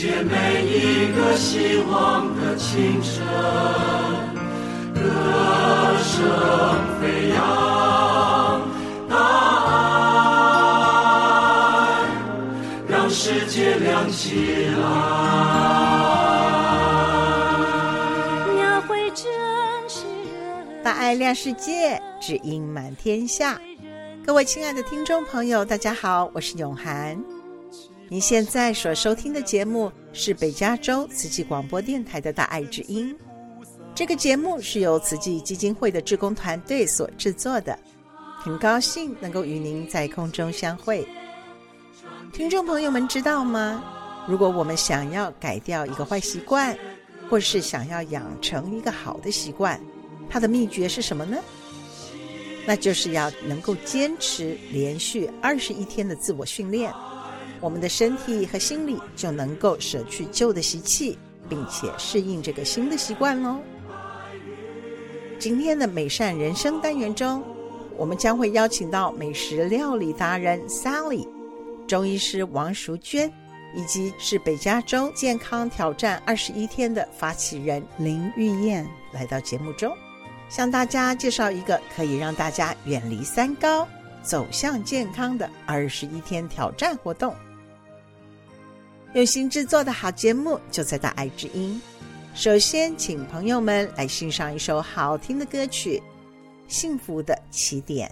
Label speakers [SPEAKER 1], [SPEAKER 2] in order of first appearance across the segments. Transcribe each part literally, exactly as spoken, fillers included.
[SPEAKER 1] 界每一个希望的清晨，歌声飞扬，大爱让世界亮起来。
[SPEAKER 2] 大爱亮世界，只因满天下。各位亲爱的听众朋友，大家好，我是永涵。您现在所收听的节目是北加州慈济广播电台的大爱之音。这个节目是由慈济基金会的志工团队所制作的，很高兴能够与您在空中相会。听众朋友们知道吗？如果我们想要改掉一个坏习惯，或是想要养成一个好的习惯，它的秘诀是什么呢？那就是要能够坚持连续二十一天的自我训练，我们的身体和心理就能够舍去旧的习气，并且适应这个新的习惯咯。今天的美善人生单元中，我们将会邀请到美食料理达人 Sally、 中医师王淑娟，以及是北加州健康挑战二十一天的发起人林玉燕来到节目中，向大家介绍一个可以让大家远离三高，走向健康的二十一天挑战活动。用心制作的好节目就在大爱之音。首先请朋友们来欣赏一首好听的歌曲《幸福的起点》。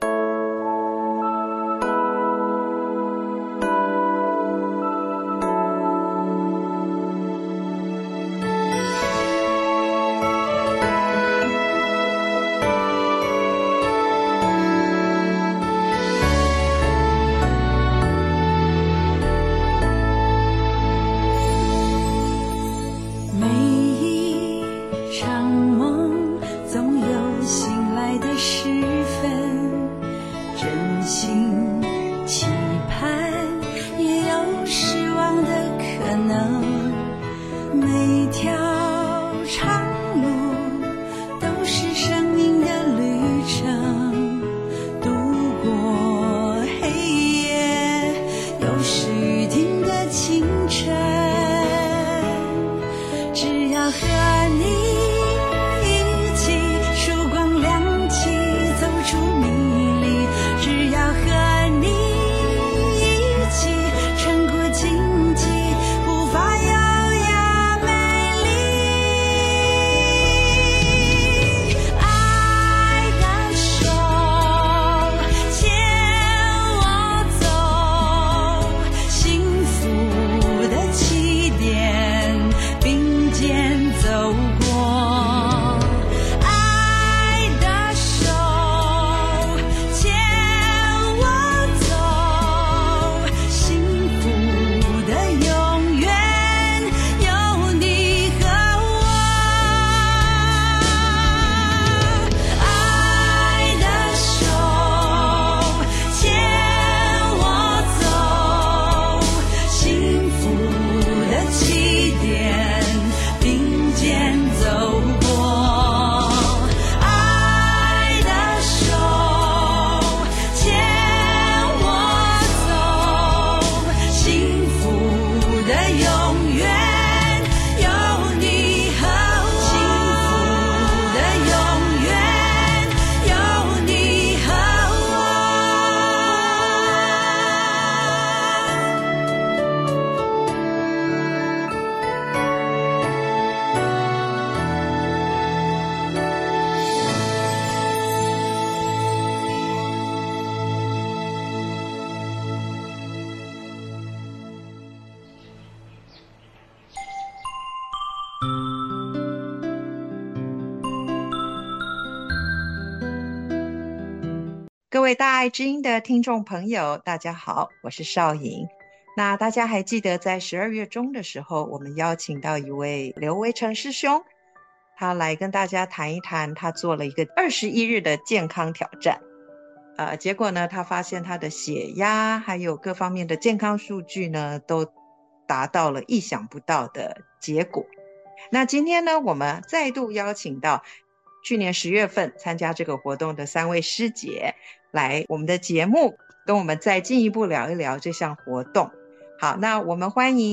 [SPEAKER 3] 各位大爱之音的听众朋友，大家好，我是邵颖。那大家还记得在十二月中的时候，我们邀请到一位刘维成师兄，他来跟大家谈一谈他做了一个二十一日的健康挑战。呃，结果呢，他发现他的血压还有各方面的健康数据呢，都达到了意想不到的结果。那今天呢，我们再度邀请到去年十月份参加这个活动的三位师姐来我们的节目，跟我们再进一步聊一聊这项活动。好，那我们欢迎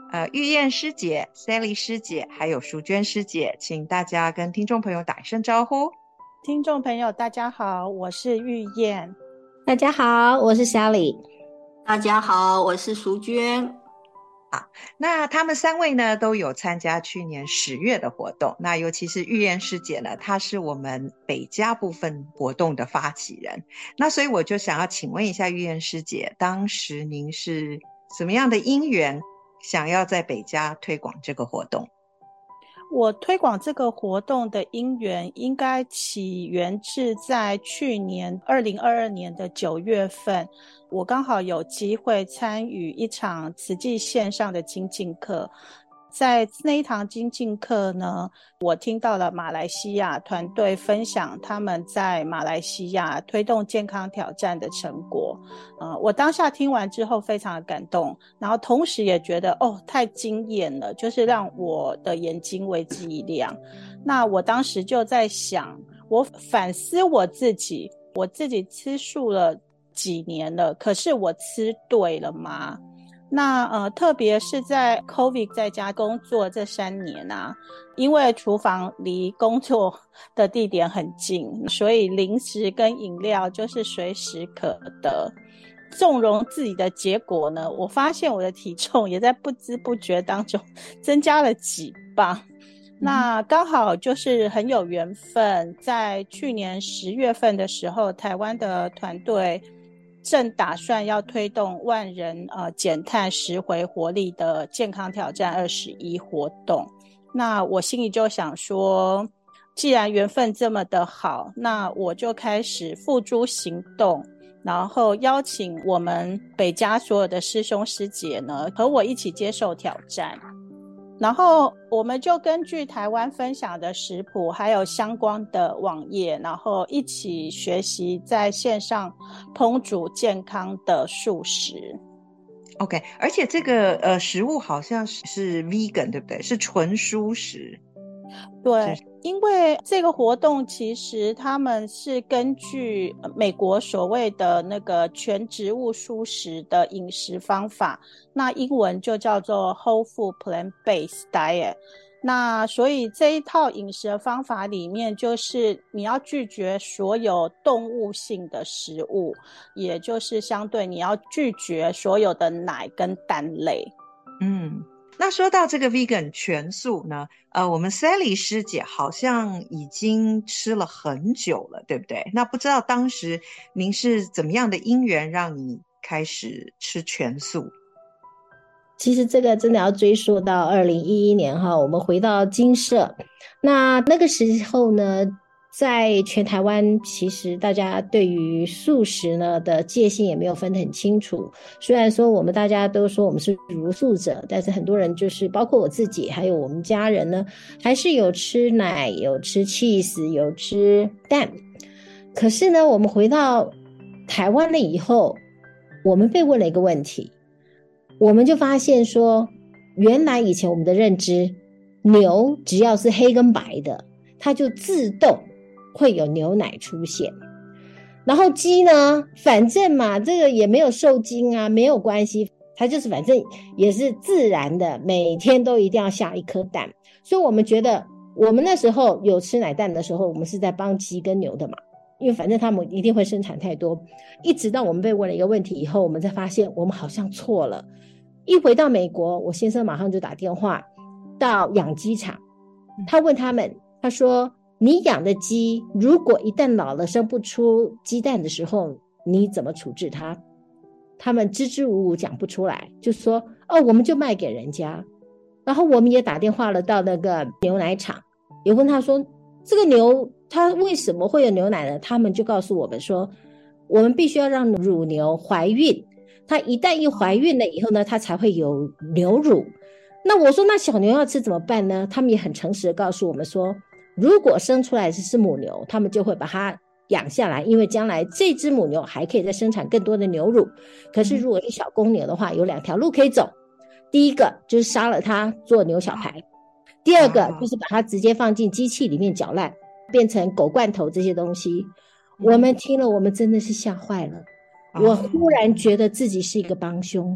[SPEAKER 3] 呃，玉燕师姐、Sally 师姐还有淑娟师姐，请大家跟听众朋友打一声招呼。
[SPEAKER 4] 听众朋友大家好，我是玉燕。
[SPEAKER 5] 大家好，我是 Sally。
[SPEAKER 6] 大家好，我是淑娟。
[SPEAKER 3] 好，那他们三位呢都有参加去年十月的活动，那尤其是玉燕师姐呢，她是我们北加部分活动的发起人，那所以我就想要请问一下玉燕师姐，当时您是什么样的因缘想要在北加推广这个活动？
[SPEAKER 4] 我推广这个活动的因缘应该起源自在去年二零二二年的九月份，我刚好有机会参与一场慈济线上的精进课。在那一堂精进课呢，我听到了马来西亚团队分享他们在马来西亚推动健康挑战的成果。呃，我当下听完之后非常的感动，然后同时也觉得哦，太惊艳了，就是让我的眼睛为之一亮。那我当时就在想，我反思我自己，我自己吃素了几年了，可是我吃对了吗？那呃，特别是在 COVID 在家工作这三年啊，因为厨房离工作的地点很近，所以零食跟饮料就是随时可得。纵容自己的结果呢，我发现我的体重也在不知不觉当中增加了几磅。那刚好就是很有缘分，在去年十月份的时候，台湾的团队正打算要推动万人呃减碳拾回活力的健康挑战二十一活动。那我心里就想说，既然缘分这么的好，那我就开始付诸行动，然后邀请我们北加所有的师兄师姐呢和我一起接受挑战。然后我们就根据台湾分享的食谱还有相关的网页，然后一起学习在线上烹煮健康的素食。
[SPEAKER 3] OK， 而且这个呃食物好像是 vegan 对不对？是纯蔬食。
[SPEAKER 4] 对，因为这个活动其实他们是根据美国所谓的那个全植物蔬食的饮食方法，那英文就叫做 Whole Food Plant-Based Diet。 那所以这一套饮食的方法里面，就是你要拒绝所有动物性的食物，也就是相对你要拒绝所有的奶跟蛋类。
[SPEAKER 3] 嗯，那说到这个 vegan 全素呢，呃，我们 Sally 师姐好像已经吃了很久了，对不对？那不知道当时您是怎么样的因缘让你开始吃全素？
[SPEAKER 5] 其实这个真的要追溯到二零一一年哈，我们回到精舍，那那个时候呢，在全台湾其实大家对于素食呢的界限也没有分得很清楚。虽然说我们大家都说我们是茹素者，但是很多人就是包括我自己还有我们家人呢，还是有吃奶，有吃 cheese， 有吃蛋。可是呢，我们回到台湾了以后，我们被问了一个问题，我们就发现说，原来以前我们的认知，牛只要是黑跟白的，它就自动会有牛奶出现。然后鸡呢，反正嘛，这个也没有受精啊，没有关系，它就是反正也是自然的，每天都一定要下一颗蛋。所以我们觉得，我们那时候有吃奶蛋的时候，我们是在帮鸡跟牛的嘛，因为反正他们一定会生产太多。一直到我们被问了一个问题以后，我们才发现我们好像错了。一回到美国，我先生马上就打电话到养鸡场，他问他们，他说，你养的鸡如果一旦老了生不出鸡蛋的时候，你怎么处置它？他们支支吾吾讲不出来，就说哦，我们就卖给人家。然后我们也打电话了到那个牛奶厂，也问他说，这个牛它为什么会有牛奶呢？他们就告诉我们说，我们必须要让乳牛怀孕，它一旦一怀孕了以后呢，它才会有牛乳。那我说，那小牛要吃怎么办呢？他们也很诚实的告诉我们说，如果生出来是母牛，他们就会把它养下来，因为将来这只母牛还可以再生产更多的牛乳。可是如果是小公牛的话，有两条路可以走，第一个就是杀了它做牛小排，第二个就是把它直接放进机器里面搅烂，变成狗罐头这些东西。我们听了，我们真的是吓坏了。我忽然觉得自己是一个帮凶，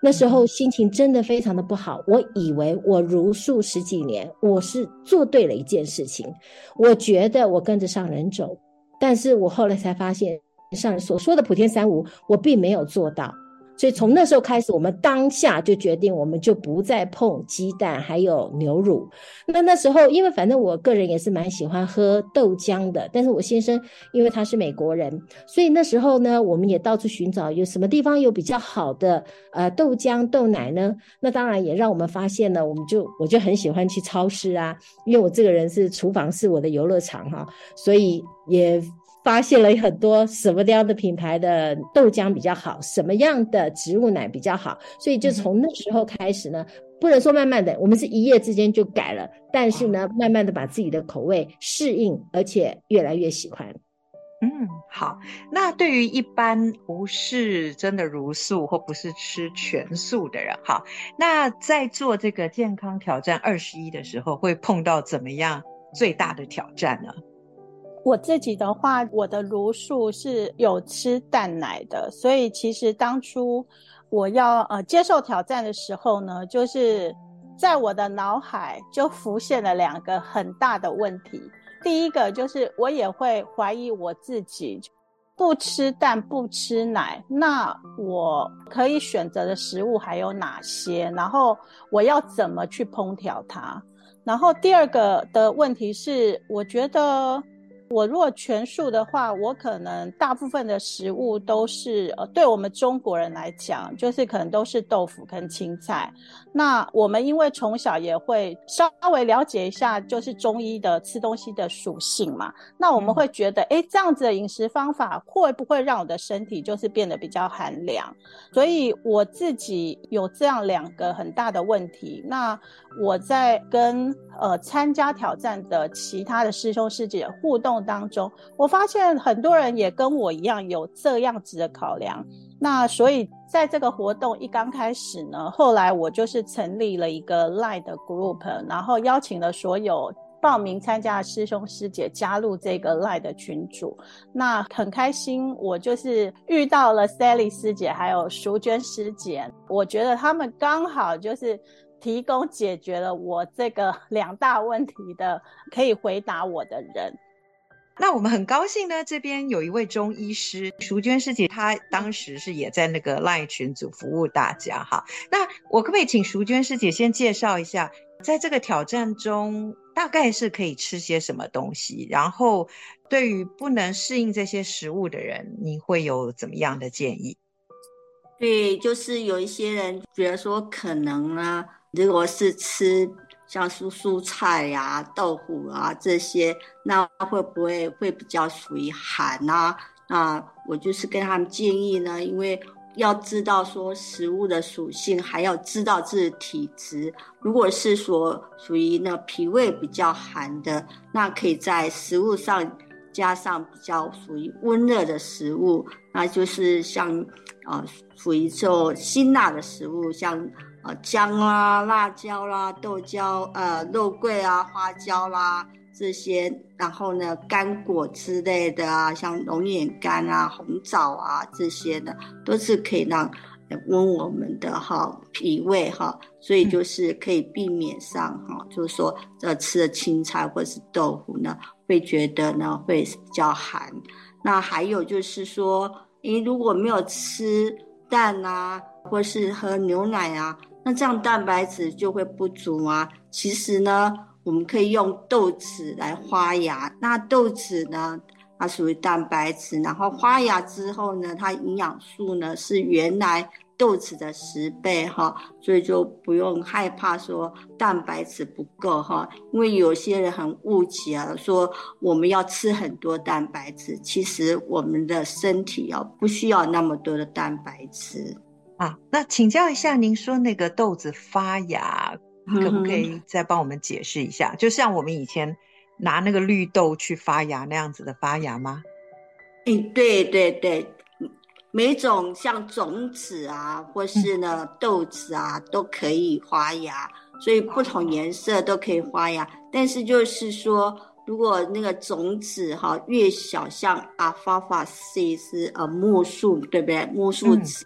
[SPEAKER 5] 那时候心情真的非常的不好，我以为我茹素十几年，我是做对了一件事情，我觉得我跟着上人走，但是我后来才发现上人所说的普天三无我并没有做到。所以从那时候开始，我们当下就决定我们就不再碰鸡蛋还有牛乳。那那时候因为反正我个人也是蛮喜欢喝豆浆的，但是我先生因为他是美国人，所以那时候呢我们也到处寻找有什么地方有比较好的呃豆浆豆奶呢。那当然也让我们发现了，我们就我就很喜欢去超市啊，因为我这个人是厨房是我的游乐场哈，所以也发现了很多什么样的品牌的豆浆比较好，什么样的植物奶比较好，所以就从那时候开始呢，不能说慢慢的，我们是一夜之间就改了，但是呢慢慢的把自己的口味适应，而且越来越喜欢。
[SPEAKER 3] 嗯，好。那对于一般不是真的茹素或不是吃全素的人，好，那在做这个健康挑战二十一的时候，会碰到怎么样最大的挑战呢？
[SPEAKER 4] 我自己的话，我的茹素是有吃蛋奶的，所以其实当初我要呃接受挑战的时候呢，就是在我的脑海就浮现了两个很大的问题。第一个就是我也会怀疑我自己，不吃蛋不吃奶，那我可以选择的食物还有哪些，然后我要怎么去烹调它。然后第二个的问题是，我觉得我如果全素的话，我可能大部分的食物都是呃，对我们中国人来讲，就是可能都是豆腐跟青菜。那我们因为从小也会稍微了解一下就是中医的吃东西的属性嘛，那我们会觉得诶，这样子的饮食方法会不会让我的身体就是变得比较寒凉。所以我自己有这样两个很大的问题。那我在跟呃参加挑战的其他的师兄师姐互动当中，我发现很多人也跟我一样有这样子的考量。那所以在这个活动一刚开始呢，后来我就是成立了一个 LINE 的 group， 然后邀请了所有报名参加的师兄师姐加入这个 LINE 的群组。那很开心，我就是遇到了 Sally 师姐还有淑娟师姐，我觉得他们刚好就是提供解决了我这个两大问题的可以回答我的人。
[SPEAKER 3] 那我们很高兴呢，这边有一位中医师淑娟师姐，她当时是也在那个 LINE 群组服务大家哈。那我可不可以请淑娟师姐先介绍一下，在这个挑战中大概是可以吃些什么东西，然后对于不能适应这些食物的人，你会有怎么样的建议？
[SPEAKER 6] 对，就是有一些人觉得说可能呢，如果是吃像蔬蔬菜呀、啊、豆腐啊这些，那会不会会比较属于寒啊？那我就是跟他们建议呢，因为要知道说食物的属性，还要知道自己体质。如果是说属于那脾胃比较寒的，那可以在食物上加上比较属于温热的食物，那就是像呃属于就辛辣的食物，像呃姜啦、辣椒啦、豆椒、呃肉桂啊、花椒啦这些，然后呢干果之类的啊，像龙眼干啊、红枣啊这些的，都是可以让温我们的哈脾胃哈，所以就是可以避免上哈，就是说呃吃的青菜或是豆腐呢，会觉得呢会比较寒。那还有就是说，诶如果没有吃蛋啊，或是喝牛奶啊，那这样蛋白质就会不足啊。其实呢，我们可以用豆豉来花芽，那豆豉呢，它属于蛋白质，然后花芽之后呢，它营养素呢是原来豆豉的十倍哈，所以就不用害怕说蛋白质不够哈。因为有些人很误解啊，说我们要吃很多蛋白质，其实我们的身体啊不需要那么多的蛋白质
[SPEAKER 3] 啊。那请教一下，您说那个豆子发芽，可不可以再帮我们解释一下？嗯、就像我们以前拿那个绿豆去发芽那样子的发芽吗？
[SPEAKER 6] 嗯，对对对。每种像种子啊或是呢豆子啊都可以发芽，所以不同颜色都可以发芽。但是就是说如果那个种子哈越小，像 alfalfa seed 是呃木树对不对？木树籽、嗯、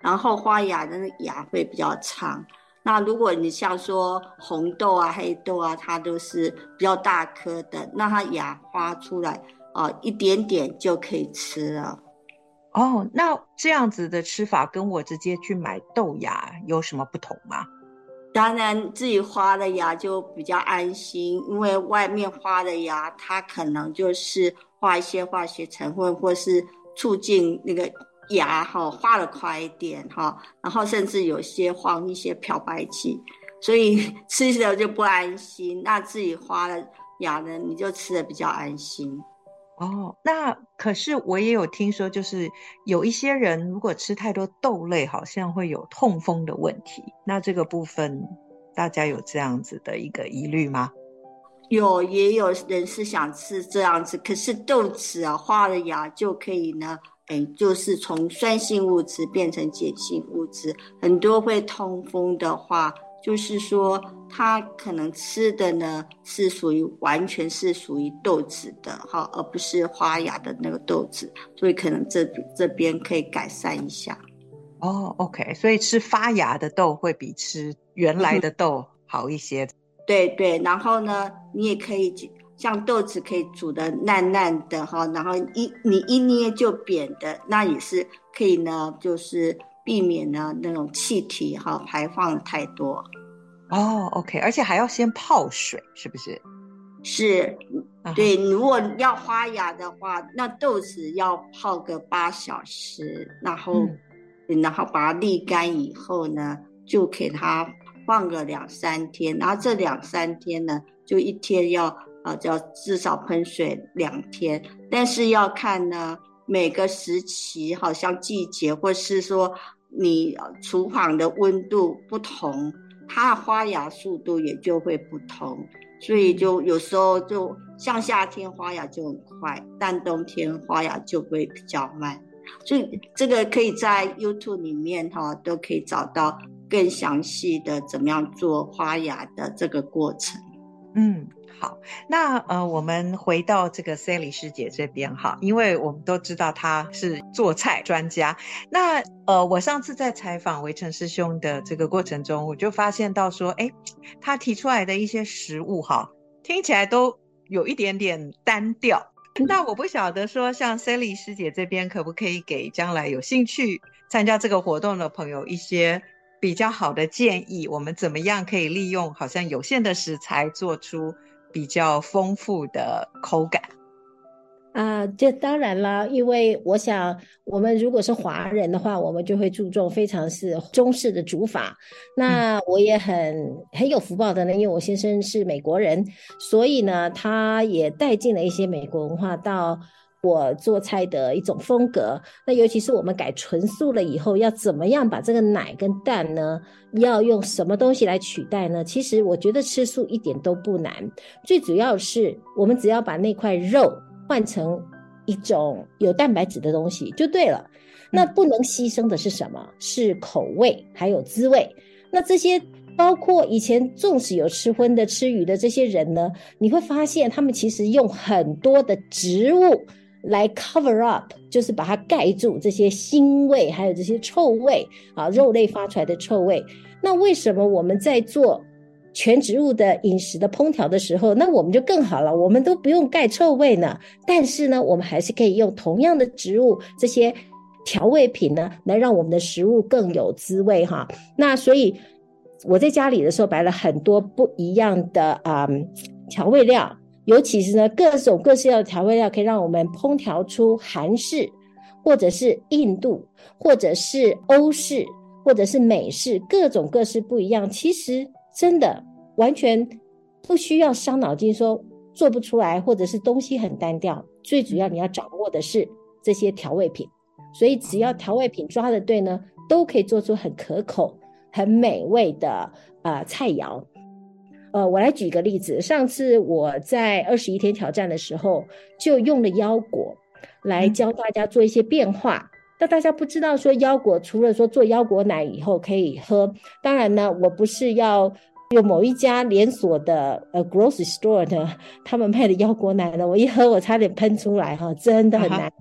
[SPEAKER 6] 然后花芽的那个芽会比较长。那如果你像说红豆啊、黑豆啊，它都是比较大颗的，那它芽花出来啊、呃、一点点就可以吃了。
[SPEAKER 3] 哦，那这样子的吃法跟我直接去买豆芽有什么不同吗？
[SPEAKER 6] 当然自己花的芽就比较安心，因为外面花的芽它可能就是画一些化学成分，或是促进那个芽哈化得快一点哈，然后甚至有些放一些漂白剂，所以吃的就不安心。那自己花的芽呢，你就吃的比较安心。
[SPEAKER 3] 哦，那可是我也有听说，就是有一些人如果吃太多豆类，好像会有痛风的问题。那这个部分大家有这样子的一个疑虑吗？
[SPEAKER 6] 有，也有人是想吃这样子，可是豆子啊，花了芽就可以呢，哎，就是从酸性物质变成碱性物质。很多会痛风的话，就是说他可能吃的呢是属于完全是属于豆子的哈，而不是花芽的那个豆子，所以可能这这边可以改善一下。
[SPEAKER 3] 哦 ，OK， 所以吃发芽的豆会比吃原来的豆好一些。
[SPEAKER 6] 对对，然后呢，你也可以像豆子可以煮的烂烂的哈，然后一你一捏就扁的，那也是可以呢，就是避免呢那种气体哈排放太多。
[SPEAKER 3] 哦 ，OK， 而且还要先泡水，是不是？
[SPEAKER 6] 是，对，如果要花芽的话，那豆子要泡个八小时，然后、嗯、然后把它沥干以后呢，就给它放个两三天，然后这两三天呢，就一天要呃，要至少喷水两天，但是要看呢每个时期，好像季节或是说你厨房的温度不同，它的花芽速度也就会不同，所以就有时候就像夏天花芽就很快，但冬天花芽就会比较慢。所以这个可以在 YouTube 里面哈都可以找到更详细的怎么样做花芽的这个过程。
[SPEAKER 3] 嗯，好，那呃，我们回到这个 Sally 师姐这边哈，因为我们都知道她是做菜专家。那呃，我上次在采访维成师兄的这个过程中，我就发现到说，哎，他提出来的一些食物哈，听起来都有一点点单调。那我不晓得说，像 Sally 师姐这边可不可以给将来有兴趣参加这个活动的朋友一些比较好的建议，我们怎么样可以利用好像有限的食材做出比较丰富的口感？
[SPEAKER 5] 啊，这当然啦，因为我想我们如果是华人的话，我们就会注重非常是中式的煮法。那我也很很有福报的呢，因为我先生是美国人，所以呢，他也带进了一些美国文化到我做菜的一种风格。那尤其是我们改纯素了以后，要怎么样把这个奶跟蛋呢，要用什么东西来取代呢？其实我觉得吃素一点都不难，最主要是我们只要把那块肉换成一种有蛋白质的东西就对了。那不能牺牲的是什么？是口味还有滋味。那这些包括以前纵使有吃荤的吃鱼的这些人呢，你会发现他们其实用很多的植物来 cover up， 就是把它盖住这些腥味还有这些臭味啊，肉类发出来的臭味。那为什么我们在做全植物的饮食的烹调的时候，那我们就更好了，我们都不用盖臭味呢，但是呢我们还是可以用同样的植物这些调味品呢，来让我们的食物更有滋味哈。那所以我在家里的时候摆了很多不一样的嗯调味料，尤其是呢各种各式的调味料，可以让我们烹调出韩式或者是印度或者是欧式或者是美式，各种各式不一样。其实真的完全不需要伤脑筋说做不出来，或者是东西很单调，最主要你要掌握的是这些调味品。所以只要调味品抓得对呢，都可以做出很可口很美味的、呃、菜肴。呃，我来举个例子，上次我在二十一天挑战的时候就用了腰果来教大家做一些变化。那大家不知道说腰果除了说做腰果奶以后可以喝，当然呢我不是要有某一家连锁的呃 grocery store 呢他们卖的腰果奶呢，我一喝我差点喷出来哈，真的很难喝。Uh-huh.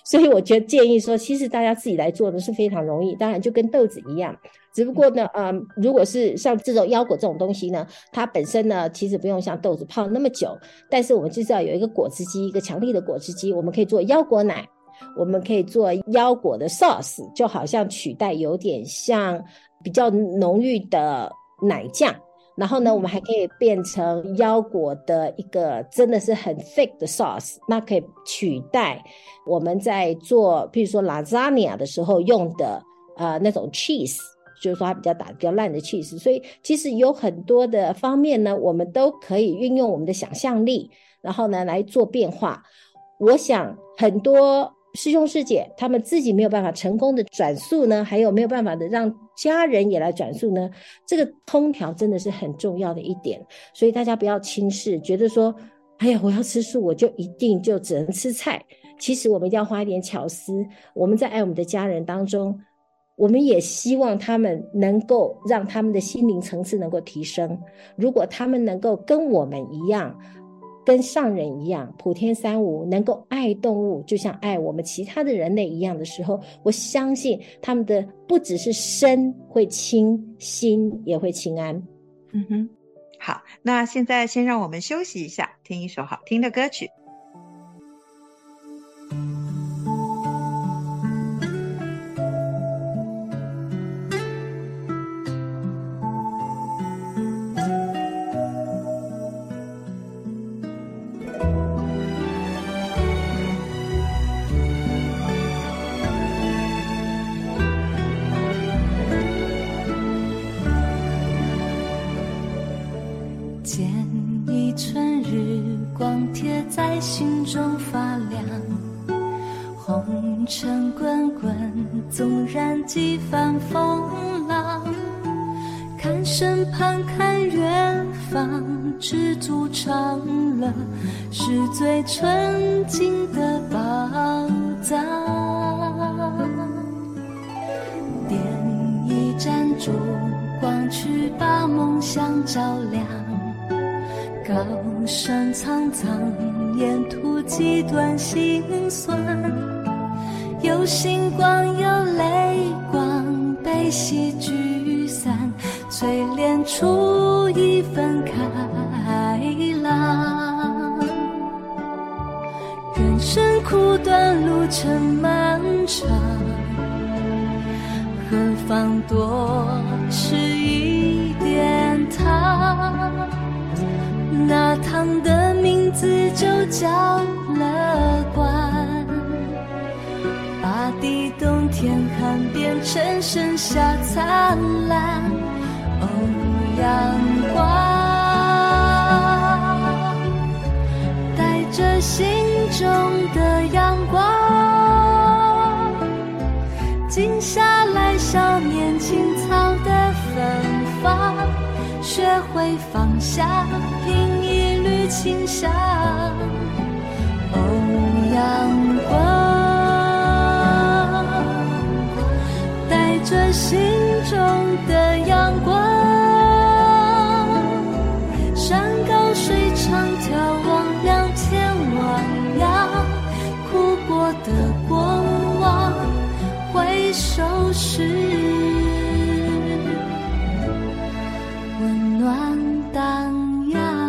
[SPEAKER 5] 所以我觉得建议说，其实大家自己来做的是非常容易，当然就跟豆子一样，只不过呢，呃，如果是像这种腰果这种东西呢，它本身呢其实不用像豆子泡那么久，但是我们就是要有一个果汁机，一个强力的果汁机，我们可以做腰果奶，我们可以做腰果的 sauce， 就好像取代有点像比较浓郁的奶酱。然后呢，我们还可以变成腰果的一个真的是很 thick 的 sauce， 那可以取代我们在做譬如说 lasagna 的时候用的呃那种 cheese， 就是说它比较打比较烂的 cheese。 所以其实有很多的方面呢，我们都可以运用我们的想象力，然后呢来做变化。我想很多师兄师姐他们自己没有办法成功的转述呢，还有没有办法的让家人也来转述呢，这个烹调真的是很重要的一点。所以大家不要轻视，觉得说哎呀我要吃素我就一定就只能吃菜，其实我们一定要花一点巧思。我们在爱我们的家人当中，我们也希望他们能够让他们的心灵层次能够提升，如果他们能够跟我们一样，跟上人一样，普天三无，能够爱动物就像爱我们其他的人类一样的时候，我相信他们的不只是身会轻，心也会轻安。
[SPEAKER 3] 嗯哼，好，那现在先让我们休息一下，听一首好听的歌曲。
[SPEAKER 7] 见一春日光贴在心中发亮，红尘滚滚纵然几番风浪，看身旁看远方，知足常乐是最纯净的宝藏。点一盏烛光去把梦想照亮，高声苍苍，沿途几段心酸，有星光有泪光，悲喜聚散，淬炼出一份开朗。人生苦短，路程漫长，何妨多吃一点糖，那糖的名字就叫乐观，把地冬天寒变成盛夏灿烂。哦，阳光带着心中的阳光，静下来少年青草的芬芳，学会放下，品一缕清香。哦，阳光带着心中的阳光，山高水长，眺望两天汪洋，哭过的过往，回首时温暖荡漾。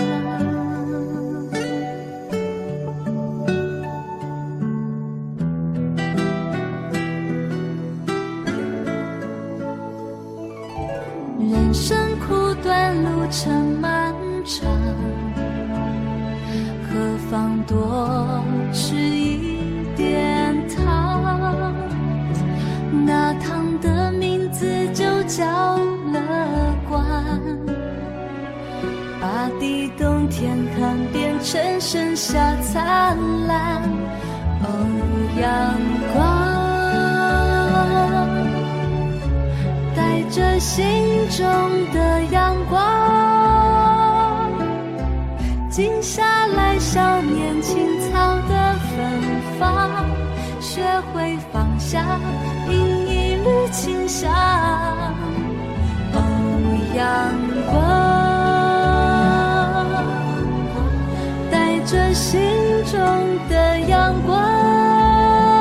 [SPEAKER 7] 人生苦短，路程漫长，何妨多吃一点糖，那糖的名字就叫乐观，把地冬天寒变成盛夏灿烂。哦，阳光带着心中的阳光，静下来少年青草的芬芳，学会放下，品一缕清香。哦，阳光带着心中的阳光，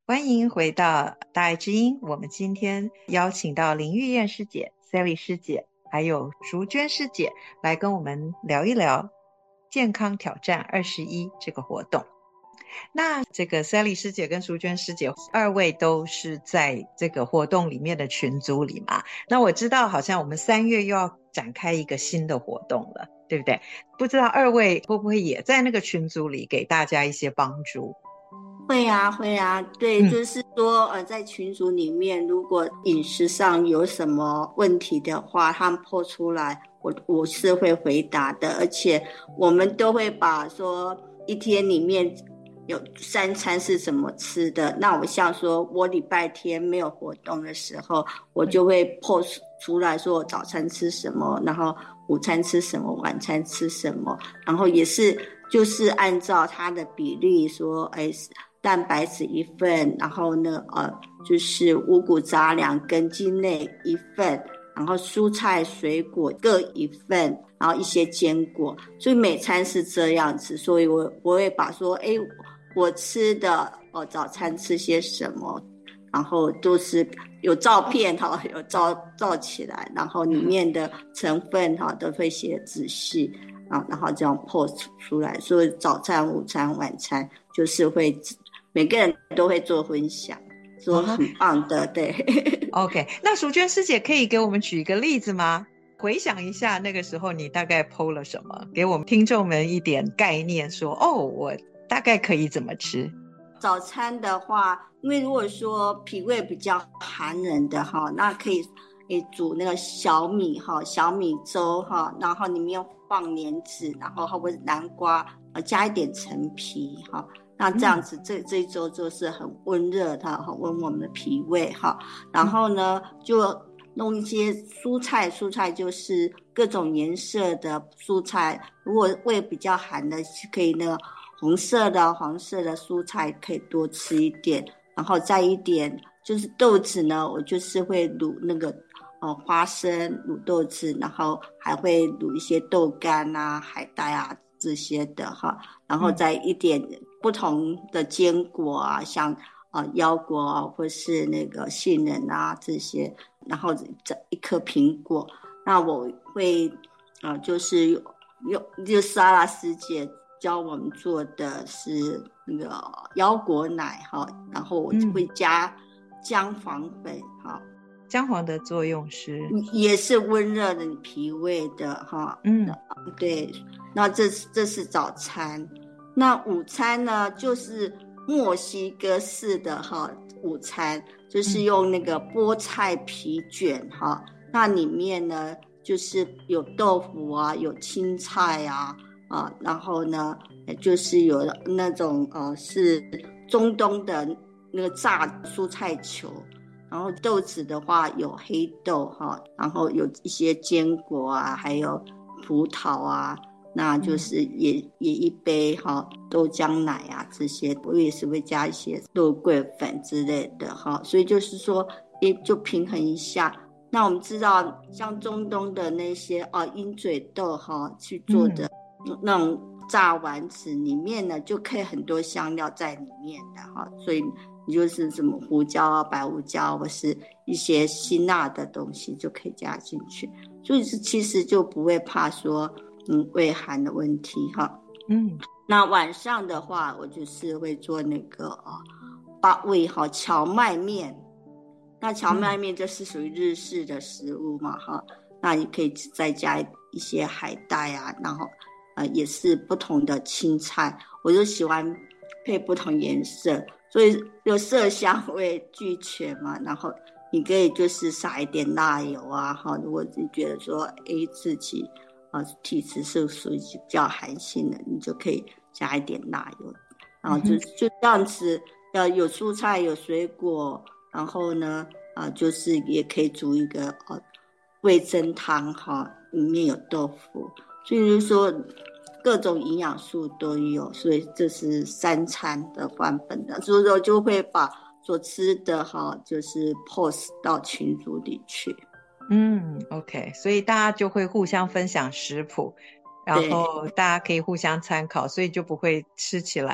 [SPEAKER 3] 欢迎回到大爱之音，我们今天邀请到林玉燕师姐、Sally 师姐还有淑娟师姐来跟我们聊一聊健康挑战二十一这个活动。那这个 Sally 师姐跟淑娟师姐二位都是在这个活动里面的群组里嘛，那我知道好像我们三月又要展开一个新的活动了，对不对？不知道二位会不会也在那个群组里给大家一些帮助？
[SPEAKER 6] 会啊会啊，对、嗯、就是说呃，在群组里面如果饮食上有什么问题的话，他们 po 出来，我我是会回答的，而且我们都会把说一天里面有三餐是怎么吃的，那我像说我礼拜天没有活动的时候，我就会 post 出来说我早餐吃什么，然后午餐吃什么，晚餐吃什么，然后也是就是按照它的比例说，哎，蛋白质一份，然后呢呃就是五谷杂粮跟茎类一份，然后蔬菜水果各一份，然后一些坚果，所以每餐是这样子，所以我我会把说哎我吃的哦早餐吃些什么，然后都是有照片哈，有照照起来，然后里面的成分哈都会写仔细啊，然后这样 post 出来，所以早餐、午餐、晚餐就是会每个人都会做分享，说很棒的，对。
[SPEAKER 3] OK， 那淑娟师姐可以给我们举一个例子吗？回想一下那个时候你大概 po 了什么，给我们听众们一点概念说，哦，我大概可以怎么吃。
[SPEAKER 6] 早餐的话，因为如果说脾胃比较寒冷的哈，那可以诶煮那个小米哈，小米粥哈，然后里面放莲子，然后或者南瓜，呃加一点陈皮哈，那这样子、嗯、这这一粥就是很温热的，很温我们的脾胃哈。然后呢，就弄一些蔬菜，蔬菜就是各种颜色的蔬菜，如果胃比较寒的，可以那个红色的、黄色的蔬菜可以多吃一点，然后再一点就是豆子呢，我就是会卤那个呃花生卤豆子，然后还会卤一些豆干啊、海带啊这些的哈，然后再一点不同的坚果啊，像呃腰果啊，或是那个杏仁啊这些，然后这一颗苹果，那我会呃就是用就莎拉师姐教我们做的是那个腰果奶哈，然后我会加姜黄粉哈、嗯，
[SPEAKER 3] 姜黄的作用是
[SPEAKER 6] 也是温热的脾胃的哈，
[SPEAKER 3] 嗯，
[SPEAKER 6] 对，那这这是早餐，那午餐呢就是墨西哥式的哈午餐，就是用那个菠菜皮卷哈、嗯，那里面呢就是有豆腐啊，有青菜啊。啊，然后呢，就是有那种呃是中东的那个炸蔬菜球，然后豆子的话有黑豆哈，然后有一些坚果啊，还有葡萄啊，那就是也、嗯、也一杯哈豆浆奶啊这些，我也是会加一些肉桂粉之类的哈，所以就是说也就平衡一下。那我们知道像中东的那些哦鹰嘴豆哈去做的。嗯那种炸丸子里面呢就可以很多香料在里面的哈，所以你就是什么胡椒啊、白胡椒或是一些辛辣的东西就可以加进去，所以其实就不会怕说嗯胃寒的问题哈。
[SPEAKER 3] 嗯，
[SPEAKER 6] 那晚上的话我就是会做那个哦八味哈荞麦面，那荞麦面就是属于日式的食物嘛哈、嗯，那你可以再加一些海带啊，然后呃，也是不同的青菜，我就喜欢配不同颜色，所以有色香味俱全嘛。然后你可以就是撒一点辣油啊，哈，如果你觉得说，哎，自己呃体质是属于比较寒性的，你就可以加一点辣油，然后就、嗯、就这样子，呃，有蔬菜有水果，然后呢，啊、呃，就是也可以煮一个呃味噌汤哈，里面有豆腐。所以就是说各种营养素都有，所以这是三餐的范本的，所以说就会把所吃的哈就是 post 到群组里去。
[SPEAKER 3] 嗯 OK， 所以大家就会互相分享食谱，然后大家可以互相参考，所以就不会吃起来好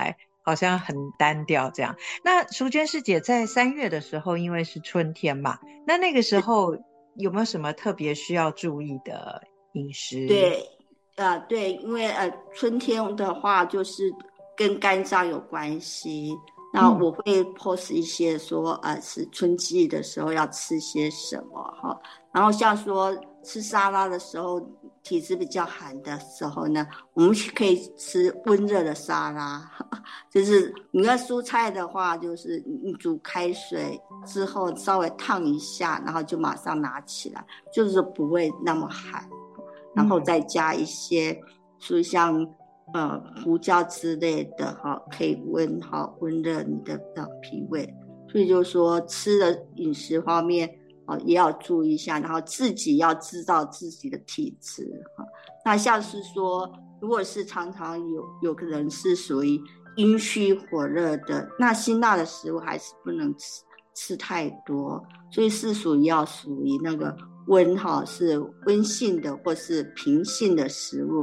[SPEAKER 3] 好像很单调这样。那淑娟师姐在三月的时候，因为是春天嘛，那那个时候有没有什么特别需要注意的饮食？
[SPEAKER 6] 对，呃，对，因为呃，春天的话就是跟肝脏有关系。那我会 post 一些说，呃，是春季的时候要吃些什么哈。然后像说吃沙拉的时候，体质比较寒的时候呢，我们可以吃温热的沙拉，就是你要蔬菜的话，就是你煮开水之后稍微烫一下，然后就马上拿起来，就是不会那么寒。然后再加一些，所以像呃胡椒之类的哈，可以温哈温热你的的脾胃。所以就是说吃的饮食方面哦也要注意一下，然后自己要知道自己的体质哈。那像是说，如果是常常有有个人是属于阴虚火热的，那辛辣的食物还是不能吃吃太多，所以是属于要属于那个温哈是温性的或是平性的食物。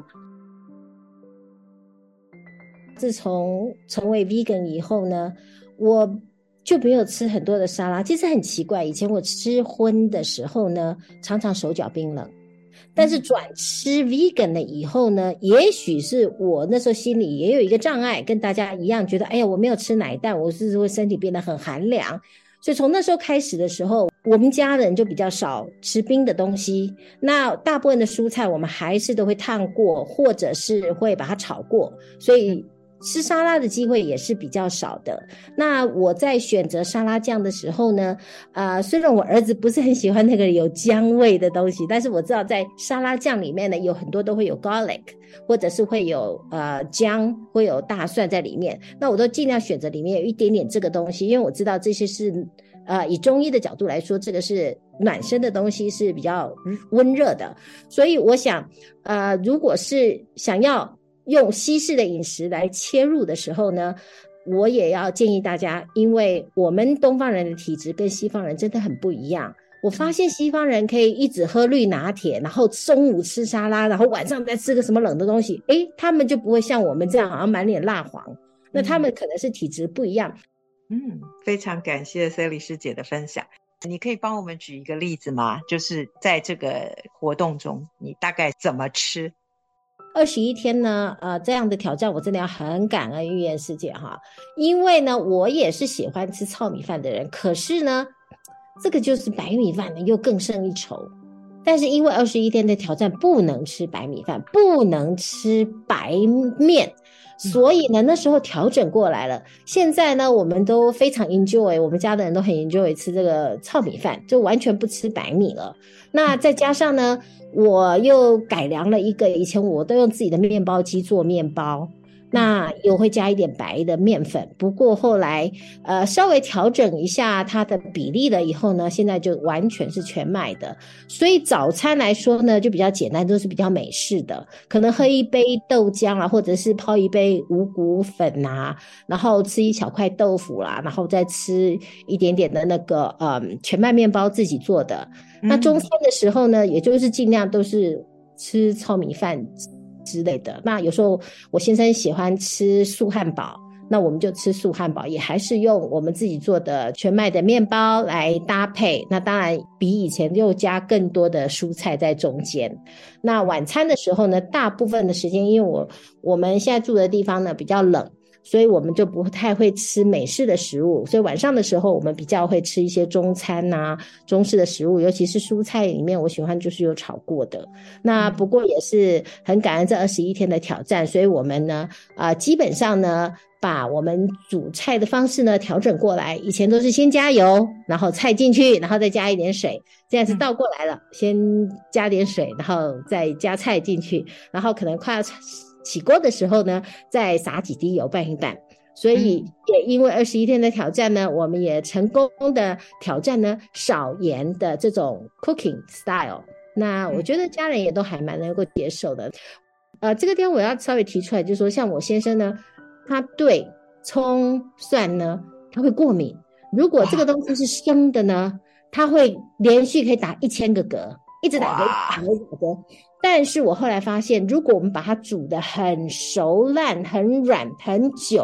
[SPEAKER 5] 自从成为 vegan 以后呢，我就没有吃很多的沙拉。其实很奇怪，以前我吃荤的时候呢，常常手脚冰冷，但是转吃 vegan 了以后呢，也许是我那时候心里也有一个障碍，跟大家一样觉得，哎呀，我没有吃奶蛋，我是会身体变得很寒凉。所以从那时候开始的时候，我们家人就比较少吃冰的东西，那大部分的蔬菜我们还是都会烫过，或者是会把它炒过，所以吃沙拉的机会也是比较少的。那我在选择沙拉酱的时候呢，呃，虽然我儿子不是很喜欢那个有姜味的东西，但是我知道在沙拉酱里面呢，有很多都会有 garlic， 或者是会有呃姜，会有大蒜在里面。那我都尽量选择里面有一点点这个东西，因为我知道这些是呃以中医的角度来说，这个是暖身的东西，是比较温热的。所以我想，呃，如果是想要用西式的饮食来切入的时候呢，我也要建议大家，因为我们东方人的体质跟西方人真的很不一样。我发现西方人可以一直喝绿拿铁，然后中午吃沙拉，然后晚上再吃个什么冷的东西，诶，他们就不会像我们这样好像满脸蜡黄。那他们可能是体质不一样。
[SPEAKER 3] 嗯，非常感谢 Sally 师姐的分享。你可以帮我们举一个例子吗？就是在这个活动中，你大概怎么吃？
[SPEAKER 5] 二十一天呢，呃，这样的挑战我真的要很感恩预言师姐哈，因为呢，我也是喜欢吃糙米饭的人，可是呢，这个就是白米饭呢又更胜一筹。但是因为二十一天的挑战不能吃白米饭，不能吃白面，所以呢，那时候调整过来了。现在呢，我们都非常 enjoy， 我们家的人都很 enjoy 吃这个糙米饭，就完全不吃白米了。那再加上呢，我又改良了一个，以前我都用自己的面包机做面包，那又会加一点白的面粉，不过后来呃稍微调整一下它的比例了以后呢，现在就完全是全麦的。所以早餐来说呢，就比较简单，都是比较美式的，可能喝一杯豆浆啊，或者是泡一杯五谷粉啊，然后吃一小块豆腐啦，然后再吃一点点的那个嗯全麦面包自己做的。那中餐的时候呢，也就是尽量都是吃糙米饭之类的。那有时候我先生喜欢吃素汉堡，那我们就吃素汉堡，也还是用我们自己做的全麦的面包来搭配。那当然比以前又加更多的蔬菜在中间。那晚餐的时候呢，大部分的时间因为我我们现在住的地方呢比较冷，所以我们就不太会吃美式的食物，所以晚上的时候我们比较会吃一些中餐啊，中式的食物，尤其是蔬菜里面我喜欢就是有炒过的。那不过也是很感恩这二十一天的挑战，所以我们呢呃，基本上呢把我们煮菜的方式呢调整过来，以前都是先加油，然后菜进去，然后再加一点水，现在是倒过来了，先加点水，然后再加菜进去，然后可能快要起锅的时候呢，再撒几滴油拌一拌。所以也因为二十一天的挑战呢，我们也成功的挑战呢少盐的这种 cooking style。那我觉得家人也都还蛮能够接受的。呃，这个地方我要稍微提出来，就是说像我先生呢，他对葱蒜呢他会过敏，如果这个东西是生的呢，他会连续可以打一千个嗝，一直打嗝，打嗝，打嗝。但是我后来发现，如果我们把它煮得很熟烂、很软、很久，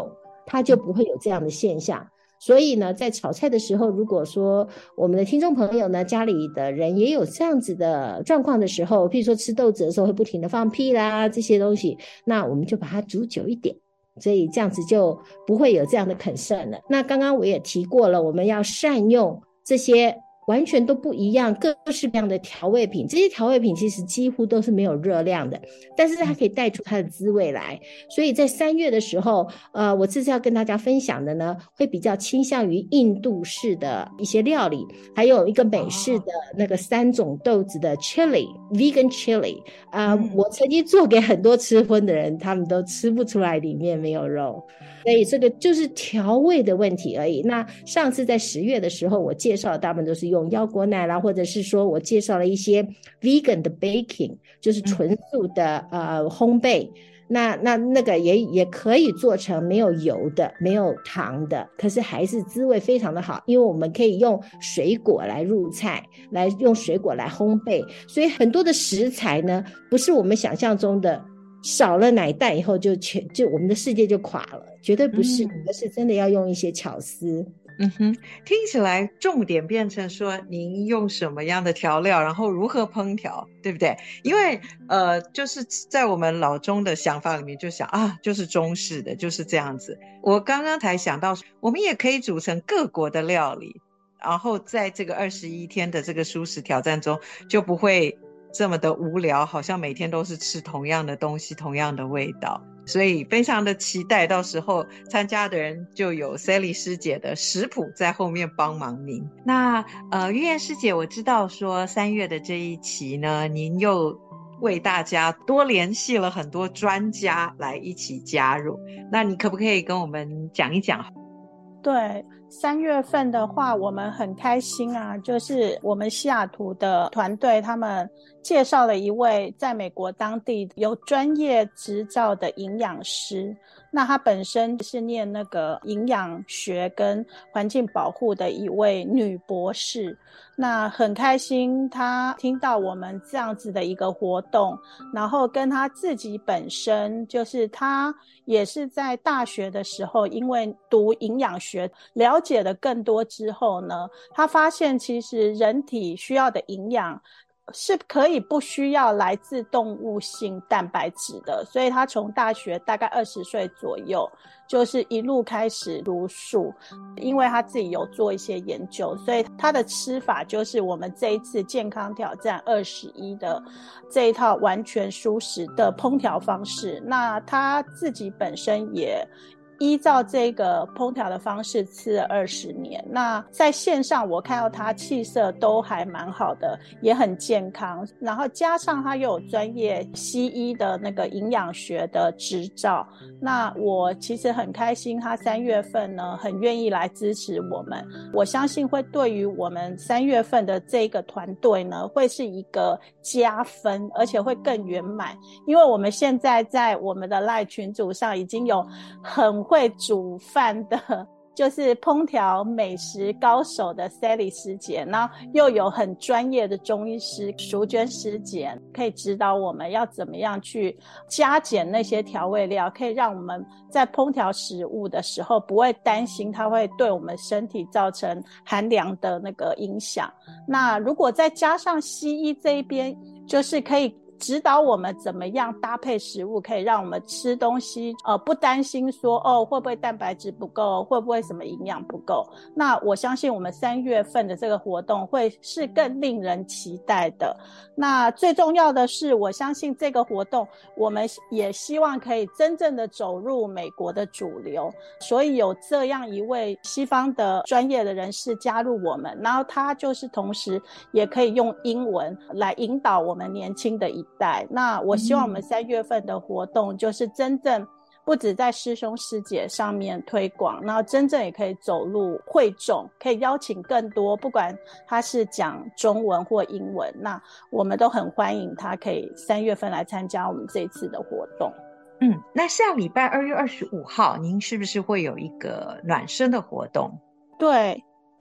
[SPEAKER 5] 它就不会有这样的现象。所以呢，在炒菜的时候，如果说我们的听众朋友呢，家里的人也有这样子的状况的时候，譬如说吃豆子的时候会不停的放屁啦，这些东西，那我们就把它煮久一点，所以这样子就不会有这样的concern了。那刚刚我也提过了，我们要善用这些完全都不一样各式各样的调味品，这些调味品其实几乎都是没有热量的，但是它可以带出它的滋味来。所以在三月的时候呃，我这次要跟大家分享的呢，会比较倾向于印度式的一些料理，还有一个美式的那个三种豆子的 chili vegan chili 呃、嗯、我曾经做给很多吃荤的人，他们都吃不出来里面没有肉，所以这个就是调味的问题而已。那上次在十月的时候我介绍的大部分都是用腰果奶啦，或者是说我介绍了一些 vegan 的 baking， 就是纯素的、嗯、呃烘焙，那那那个也也可以做成没有油的没有糖的，可是还是滋味非常的好，因为我们可以用水果来入菜，来用水果来烘焙，所以很多的食材呢不是我们想象中的少了奶蛋以后就全就我们的世界就垮了，绝对不是，而是真的要用一些巧思。
[SPEAKER 3] 嗯哼，听起来重点变成说您用什么样的调料，然后如何烹调，对不对？因为呃，就是在我们脑中的想法里面就想啊，就是中式的就是这样子。我刚刚才想到，我们也可以组成各国的料理，然后在这个二十一天的这个蔬食挑战中，就不会这么的无聊，好像每天都是吃同样的东西，同样的味道。所以非常的期待到时候参加的人就有 Sally 师姐的食谱在后面帮忙您。那呃，玉燕师姐，我知道说三月的这一期呢，您又为大家多联系了很多专家来一起加入，那你可不可以跟我们讲一讲？
[SPEAKER 4] 对，三月份的话我们很开心啊，就是我们西雅图的团队他们介绍了一位在美国当地有专业执照的营养师，那他本身是念那个营养学跟环境保护的一位女博士，那很开心他听到我们这样子的一个活动，然后跟他自己本身就是他也是在大学的时候因为读营养学了解了更多之后呢，他发现其实人体需要的营养是可以不需要来自动物性蛋白质的，所以他从大学大概二十岁左右就是一路开始茹素，因为他自己有做一些研究，所以他的吃法就是我们这一次健康挑战二十一的这一套完全蔬食的烹调方式，那他自己本身也依照这个烹调的方式吃了二十年，那在线上我看到他气色都还蛮好的，也很健康，然后加上他又有专业西医的那个营养学的执照，那我其实很开心他三月份呢很愿意来支持我们，我相信会对于我们三月份的这个团队呢会是一个加分，而且会更圆满，因为我们现在在我们的 LINE 群组上已经有很会煮饭的就是烹调美食高手的 Sally 师姐，然后又有很专业的中医师淑娟师姐可以指导我们要怎么样去加减那些调味料，可以让我们在烹调食物的时候不会担心它会对我们身体造成寒凉的那个影响。那如果再加上西医这一边，就是可以指导我们怎么样搭配食物，可以让我们吃东西呃不担心说哦会不会蛋白质不够，会不会什么营养不够。那我相信我们三月份的这个活动会是更令人期待的。那最重要的是，我相信这个活动我们也希望可以真正的走入美国的主流，所以有这样一位西方的专业的人士加入我们，然后他就是同时也可以用英文来引导我们年轻的一代。那我希望我们三月份的活动就是真正不止在师兄师姐上面推广，然后真正也可以走入会众，可以邀请更多，不管他是讲中文或英文，那我们都很欢迎他可以三月份来参加我们这一次的活动。
[SPEAKER 3] 嗯，那下礼拜二月二十五号您是不是会有一个暖身的活动？
[SPEAKER 4] 对，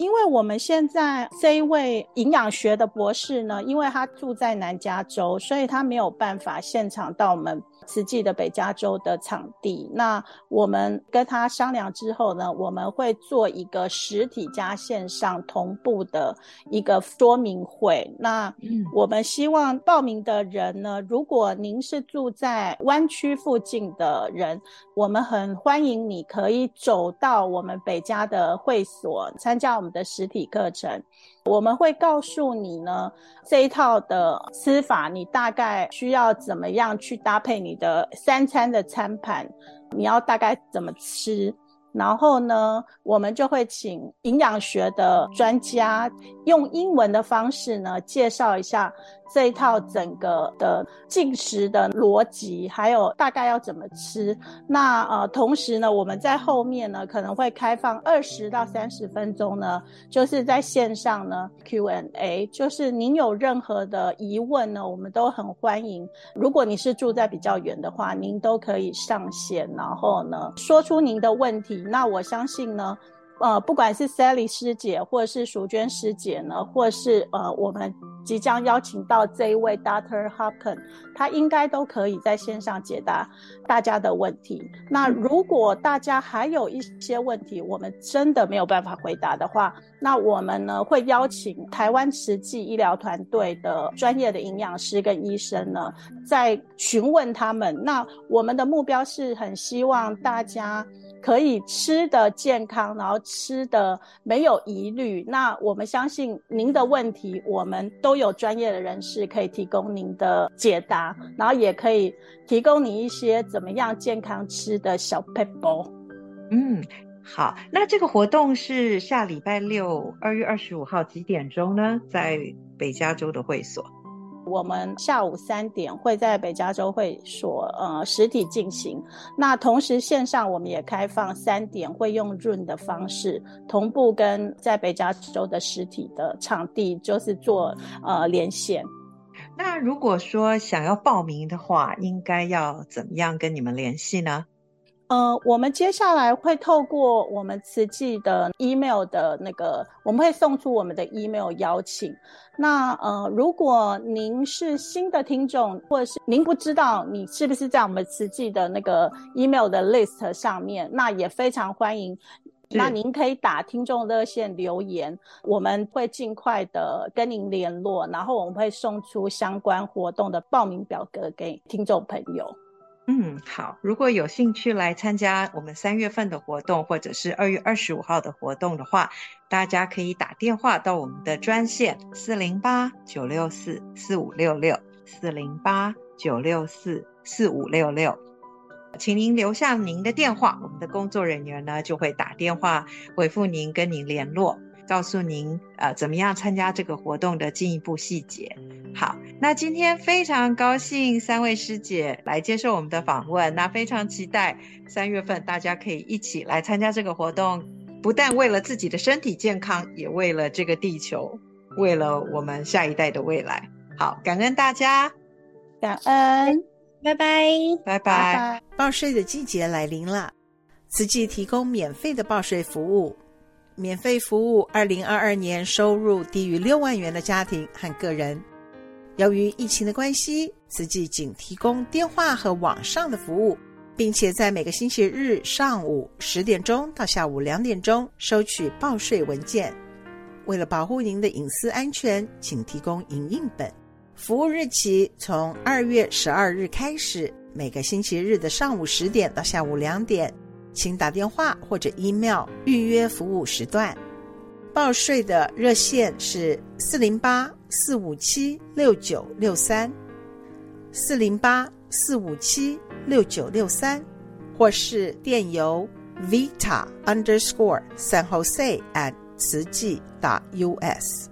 [SPEAKER 4] 因为我们现在这一位营养学的博士呢，因为他住在南加州，所以他没有办法现场到我们慈济的北加州的场地。那我们跟他商量之后呢，我们会做一个实体加线上同步的一个说明会。那我们希望报名的人呢，如果您是住在湾区附近的人，我们很欢迎你可以走到我们北加的会所参加我们的实体课程。我们会告诉你呢，这一套的吃法你大概需要怎么样去搭配你的三餐的餐盘，你要大概怎么吃。然后呢，我们就会请营养学的专家用英文的方式呢，介绍一下这一套整个的进食的逻辑，还有大概要怎么吃。那呃，同时呢，我们在后面呢，可能会开放二十到三十分钟呢，就是在线上呢 Q and A， 就是您有任何的疑问呢，我们都很欢迎。如果你是住在比较远的话，您都可以上线，然后呢，说出您的问题。那我相信呢，呃，不管是 Sally 师姐，或者是淑娟师姐呢，或是呃，我们即将邀请到这一位 Doctor Hopkins， 他应该都可以在线上解答大家的问题。那如果大家还有一些问题，我们真的没有办法回答的话，那我们呢会邀请台湾慈济医疗团队的专业的营养师跟医生呢，再询问他们。那我们的目标是很希望大家可以吃的健康，然后吃的没有疑虑。那我们相信您的问题，我们都有专业的人士可以提供您的解答，然后也可以提供你一些怎么样健康吃的小撇步。
[SPEAKER 3] 嗯，好，那这个活动是下礼拜六二月二十五号几点钟呢？在北加州的会所。
[SPEAKER 4] 我们下午三点会在北加州会所呃实体进行，那同时线上我们也开放三点会用 Zoom 的方式同步跟在北加州的实体的场地就是做呃连线。
[SPEAKER 3] 那如果说想要报名的话，应该要怎么样跟你们联系呢？
[SPEAKER 4] 呃，我们接下来会透过我们慈济的 email 的那个，我们会送出我们的 email 邀请。那呃，如果您是新的听众，或者是您不知道你是不是在我们慈济的那个 email 的 list 上面，那也非常欢迎。那您可以打听众热线留言，我们会尽快的跟您联络，然后我们会送出相关活动的报名表格给听众朋友。
[SPEAKER 3] 嗯，好，如果有兴趣来参加我们三月份的活动，或者是二月二十五号的活动的话，大家可以打电话到我们的专线四零八九六四四五六六 四零八九六四四五六六，请您留下您的电话，我们的工作人员呢就会打电话回复您，跟您联络，告诉您呃怎么样参加这个活动的进一步细节。好，那今天非常高兴三位师姐来接受我们的访问，那非常期待三月份大家可以一起来参加这个活动，不但为了自己的身体健康，也为了这个地球，为了我们下一代的未来。好，感恩大家，
[SPEAKER 4] 感恩，
[SPEAKER 5] 拜拜，
[SPEAKER 3] 拜拜。
[SPEAKER 2] 报税的季节来临了，慈济提供免费的报税服务，免费服务二零二二年收入低于六万元的家庭和个人。由于疫情的关系，慈济仅提供电话和网上的服务，并且在每个星期日上午十点钟到下午两点钟收取报税文件。为了保护您的隐私安全，请提供影印本。服务日期从二月十二日开始，每个星期日的上午十点到下午两点，请打电话或者 email 预约服务时段。报税的热线是四零八四五七六九六三 四零八四五七六九六三，或是电邮 vita underscore san jose at 慈济 .us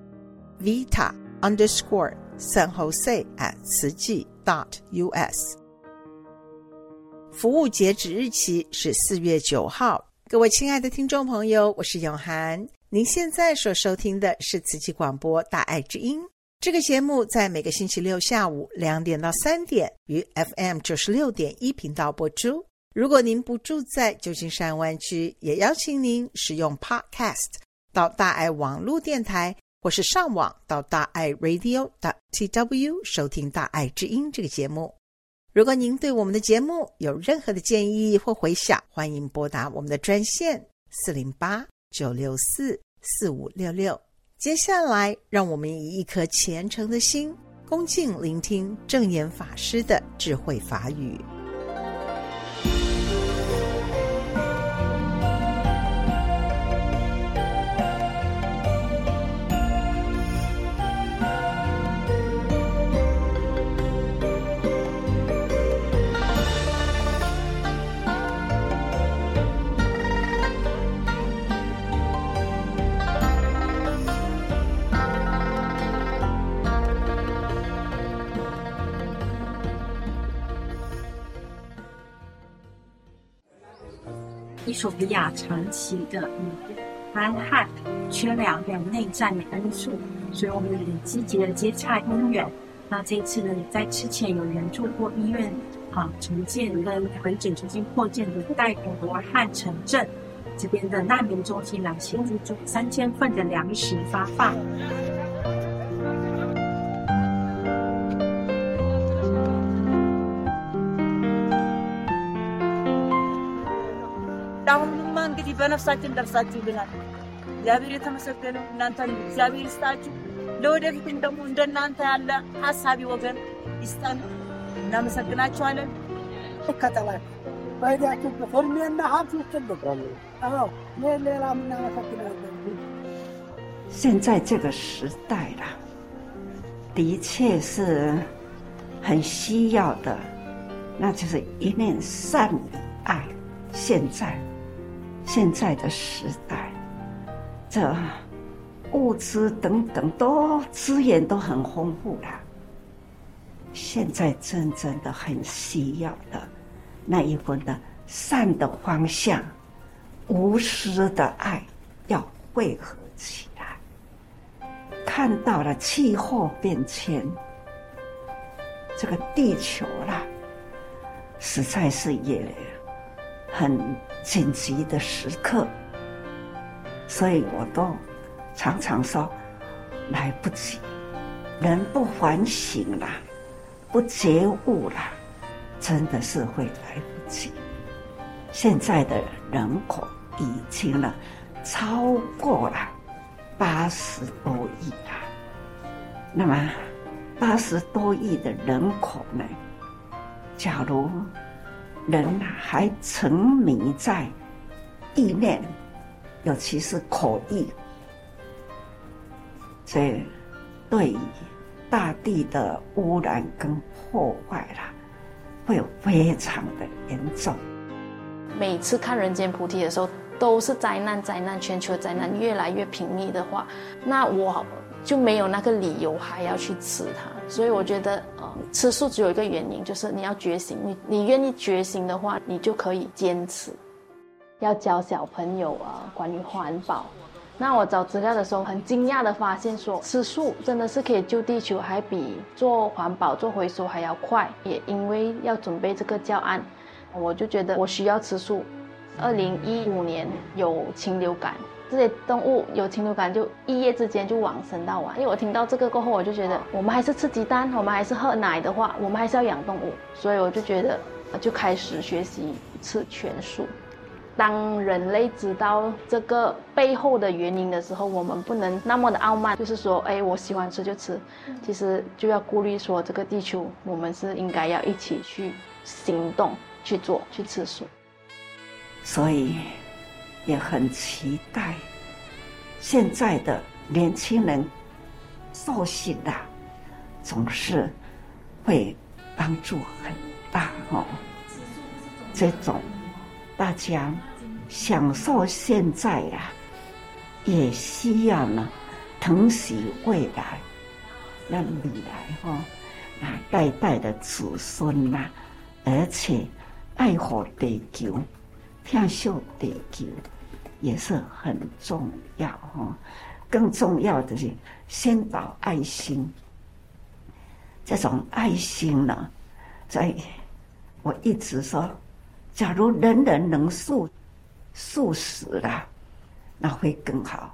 [SPEAKER 2] vita underscore san jose at 慈济 .us。 服务截止日期是四月九号。各位亲爱的听众朋友，我是永涵，您现在所收听的是慈济广播大爱之音，这个节目在每个星期六下午两点到三点于 F M 九十六点一 频道播出。如果您不住在旧金山湾区，也邀请您使用 Podcast 到大爱网络电台，或是上网到大爱 radio dot t w 收听大爱之音这个节目。如果您对我们的节目有任何的建议或回响，欢迎拨打我们的专线四零八九六四四五六六。接下来让我们以一颗虔诚的心，恭敬聆听证严法师的智慧法语。
[SPEAKER 8] 伊索比亚长期的与干旱、缺粮还有内战的因素，所以我们也积极的接洽医院。那这一次呢，也在之前有援助过医院啊重建跟回诊中心扩建的代国汉城镇这边的难民中心来协助做三千份的粮食发放。
[SPEAKER 9] አሁንማ እንግዲህ በነፍሳችን ደርሳችሁልናል። እግዚአብሔር የተመሰገነ እናንተን እግዚአብሔር ይስጣችሁ። ለወደፊትም ደግሞ እንደናንተ ያለ ሐሳቢ ወገን ይስጠን። እናመሰግናችኋለን።
[SPEAKER 10] ከተባለ ባይዳችሁ በፎርሚያና ሀብት ይተበቃሉ። አዎ ሌላ ምን እናመሰግናለን።
[SPEAKER 11] 现在这个时代啦，的确是很需要的，那就是一念善爱。现在现在的时代，这物资等等都资源都很丰富啦。现在真正的很需要的那一份的善的方向，无私的爱要汇合起来。看到了气候变迁，这个地球啦，实在是也很紧急的时刻，所以我都常常说来不及，人不反省啦，不觉悟啦，真的是会来不及。现在的人口已经了超过了八十多亿啦，那么八十多亿的人口呢，假如人啊还沉迷在意念，尤其是口欲，所以对大地的污染跟破坏啦，会有非常的严重。
[SPEAKER 12] 每次看人间菩提的时候，都是灾难灾难，全球灾难越来越频密的话，那我就没有那个理由还要去吃它。所以我觉得呃，吃素只有一个原因，就是你要觉醒，你你愿意觉醒的话，你就可以坚持。要教小朋友啊关于环保，那我找资料的时候很惊讶的发现说，吃素真的是可以救地球，还比做环保做回收还要快。也因为要准备这个教案，我就觉得我需要吃素。二零一五年有禽流感，这些动物有禽流感就一夜之间就往生到完。因为我听到这个过后，我就觉得我们还是吃鸡蛋，我们还是喝奶的话，我们还是要养动物，所以我就觉得就开始学习吃全素。当人类知道这个背后的原因的时候，我们不能那么的傲慢，就是说哎，我喜欢吃就吃。其实就要顾虑说这个地球，我们是应该要一起去行动去做，去吃素。
[SPEAKER 11] 所以也很期待现在的年轻人受洗啦，总是会帮助很大哦。这种大家享受现在啊，也需要呢疼惜未来，让未来哈、哦、啊代代的子孙呐、啊，而且爱护地球。天秀地球也是很重要哈，更重要的是先导爱心。这种爱心呢，所以我一直说，假如人人能素素食啦，那会更好。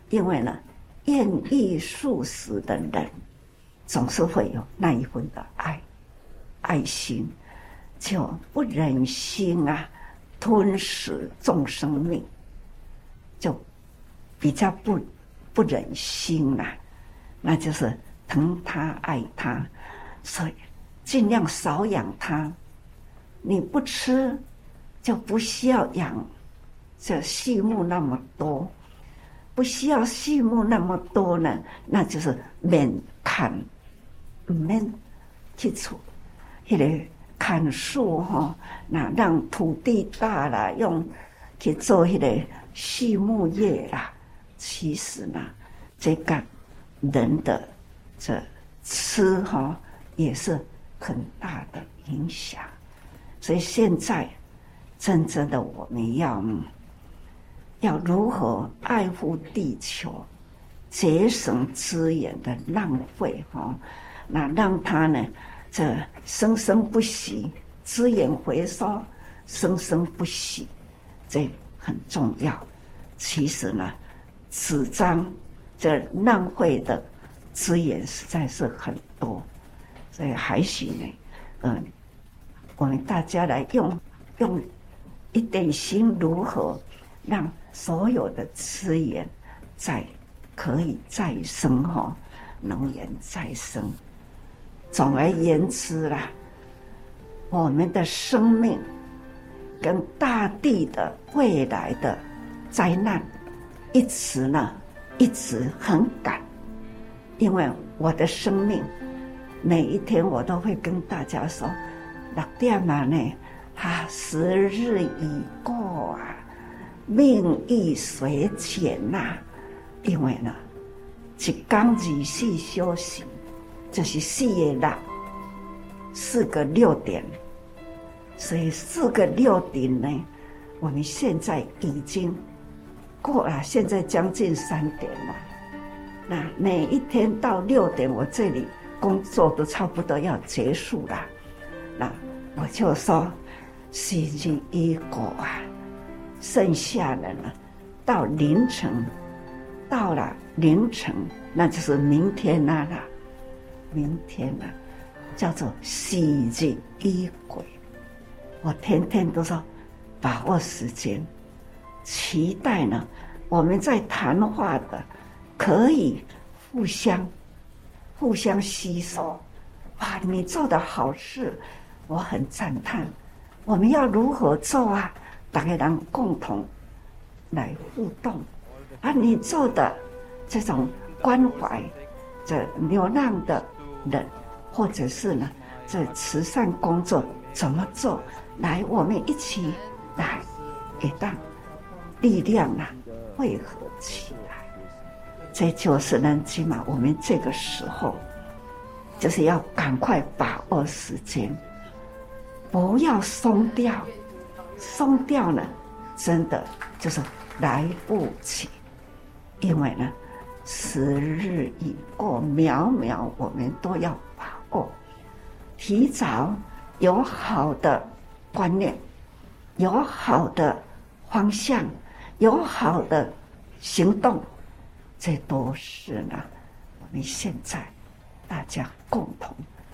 [SPEAKER 11] 因为呢，愿意素食的人，总是会有那一份的爱，爱心，就不忍心啊吞噬众生命，就比较不不忍心啦、啊，那就是疼他爱他，所以尽量少养他。你不吃，就不需要养这畜牧那么多，不需要畜牧那么多呢，那就是免砍，唔免去除，迄个砍树哈，那让土地大了，用去做迄个畜牧业啦。其实呢，这个人的这吃哈也是很大的影响。所以现在真正的我们要要如何爱护地球，节省资源的浪费哈，那让它呢这生生不息，资源回收生生不息，这很重要。其实呢，纸张这浪费的资源实在是很多，所以还许呢，嗯。我们大家来用用一点心，如何让所有的资源再可以再生哈，能源再生。总而言之啦，我们的生命跟大地的未来的灾难，一直呢一直很赶，因为我的生命每一天我都会跟大家说。六点啊呢，啊，时日已过啊，命亦随减呐、啊。因为呢，一天二四小时，就是四个六，四个六点。所以四个六点呢，我们现在已经过了，现在将近三点了。那每一天到六点，我这里工作都差不多要结束了。那我就说，时日已过啊，剩下的呢，到凌晨，到了凌晨，那就是明天啦啦，明天啦，叫做时日已过。我天天都说把握时间，期待呢，我们在谈话的可以互相互相吸收。哇，你做的好事。我很赞叹，我们要如何做啊？大家人共同来互动啊！你做的这种关怀这流浪的人，或者是呢这慈善工作怎么做？来，我们一起来，给当力量啊汇合起来。这就是呢，起码我们这个时候就是要赶快把握时间。不要松掉，松掉呢，真的就是来不及。因为呢，时日已过，秒秒我们都要把握，提早有好的观念，有好的方向，有好的行动，这都是呢，我们现在大家共同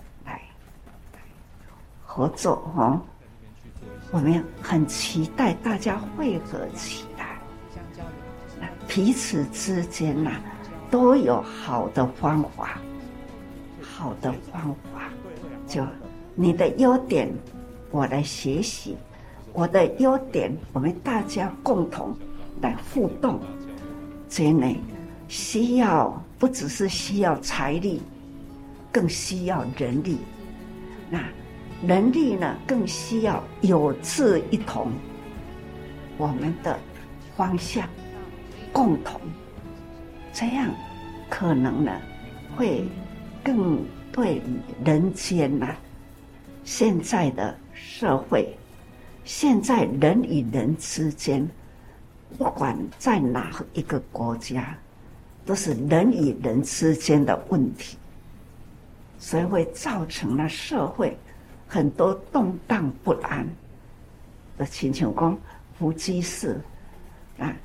[SPEAKER 11] 合作哈、哦，我们很期待大家汇合起来，彼此之间呐、啊、都有好的方法，好的方法，就你的优点我来学习，我的优点我们大家共同来互动，这呢需要不只是需要财力，更需要人力，那。人力呢，更需要有志一同，我们的方向共同，这样可能呢，会更对人间呐、啊，现在的社会，现在人与人之间，不管在哪一个国家，都是人与人之间的问题，所以会造成了社会。很多动荡不安的，亲像讲伏击式啊，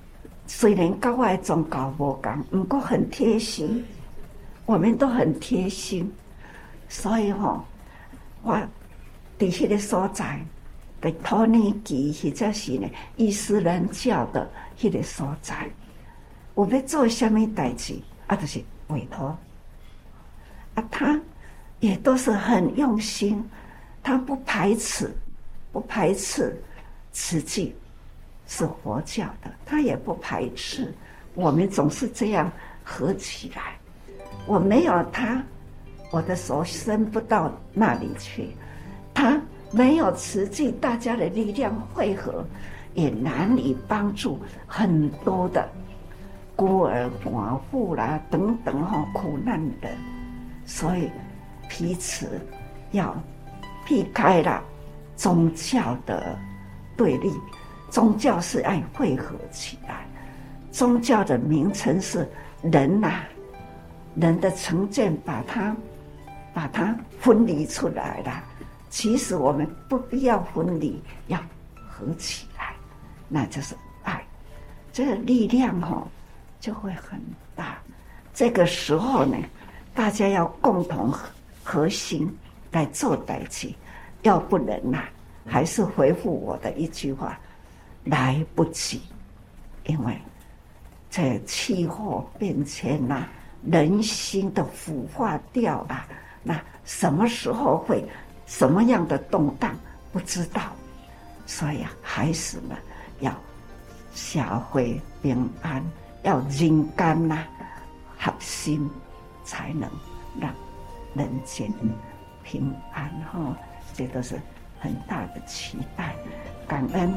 [SPEAKER 11] 虽然跟我的宗教无同，不过很贴心，我们都很贴心，所以吼、哦，我伫迄个所在，在托尼基或者是呢伊斯兰教的迄个所在，有要做什么代志，啊，就是委托，啊，他也都是很用心，他不排斥，不排斥慈济是佛教的，他也不排斥，我们总是这样合起来。我没有他，我的手伸不到那里去。他没有慈济，大家的力量汇合，也难以帮助很多的孤儿寡妇啦等等哈、哦、苦难人。所以彼此要避开了宗教的对立，宗教是爱汇合起来。宗教的名称是人呐、啊。人的成见把它把它分离出来了，其实我们不必要分离，要合起来，那就是爱，这个力量哦就会很大。这个时候呢，大家要共同合心来做代志，要不然呐、啊，还是回复我的一句话，来不及，因为这气候变迁呐、啊。人心的腐化掉了，那什么时候会什么样的动荡不知道，所以啊，孩子们要社会平安，要人间呐、啊、合心，才能让人间平安哈、哦，这都是很大的期待，感恩。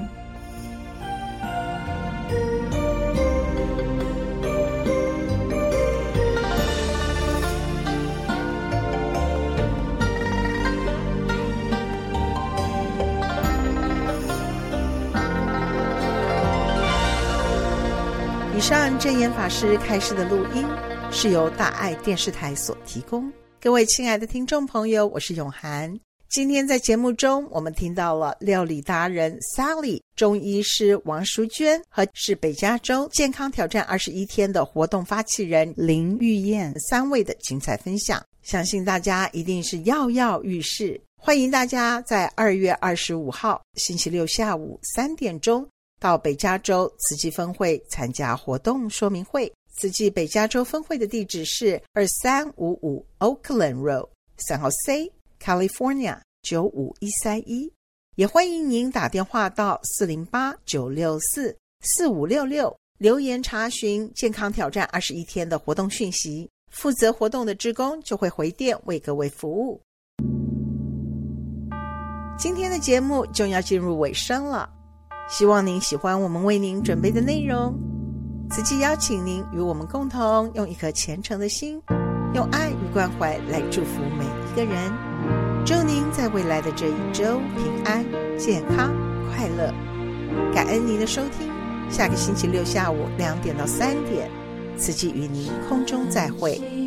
[SPEAKER 2] 以上证严法师开示的录音是由大爱电视台所提供。各位亲爱的听众朋友，我是永涵。今天在节目中，我们听到了料理达人 Sally、 中医师王淑娟和是北加州健康挑战二十一天的活动发起人林玉燕三位的精彩分享，相信大家一定是跃跃欲试。欢迎大家在二月二十五号星期六下午三点钟到北加州慈济分会参加活动说明会。慈济北加州分会的地址是二三五五 Oakland Road San Jose California 九五一三一，也欢迎您打电话到四零八 九六四 四五六六留言查询健康挑战二十一天的活动讯息，负责活动的志工就会回电为各位服务。今天的节目就要进入尾声了，希望您喜欢我们为您准备的内容。慈济邀请您与我们共同用一颗虔诚的心，用爱与关怀来祝福每一个人。祝您在未来的这一周平安、健康、快乐。感恩您的收听，下个星期六下午两点到三点，慈济与您空中再会。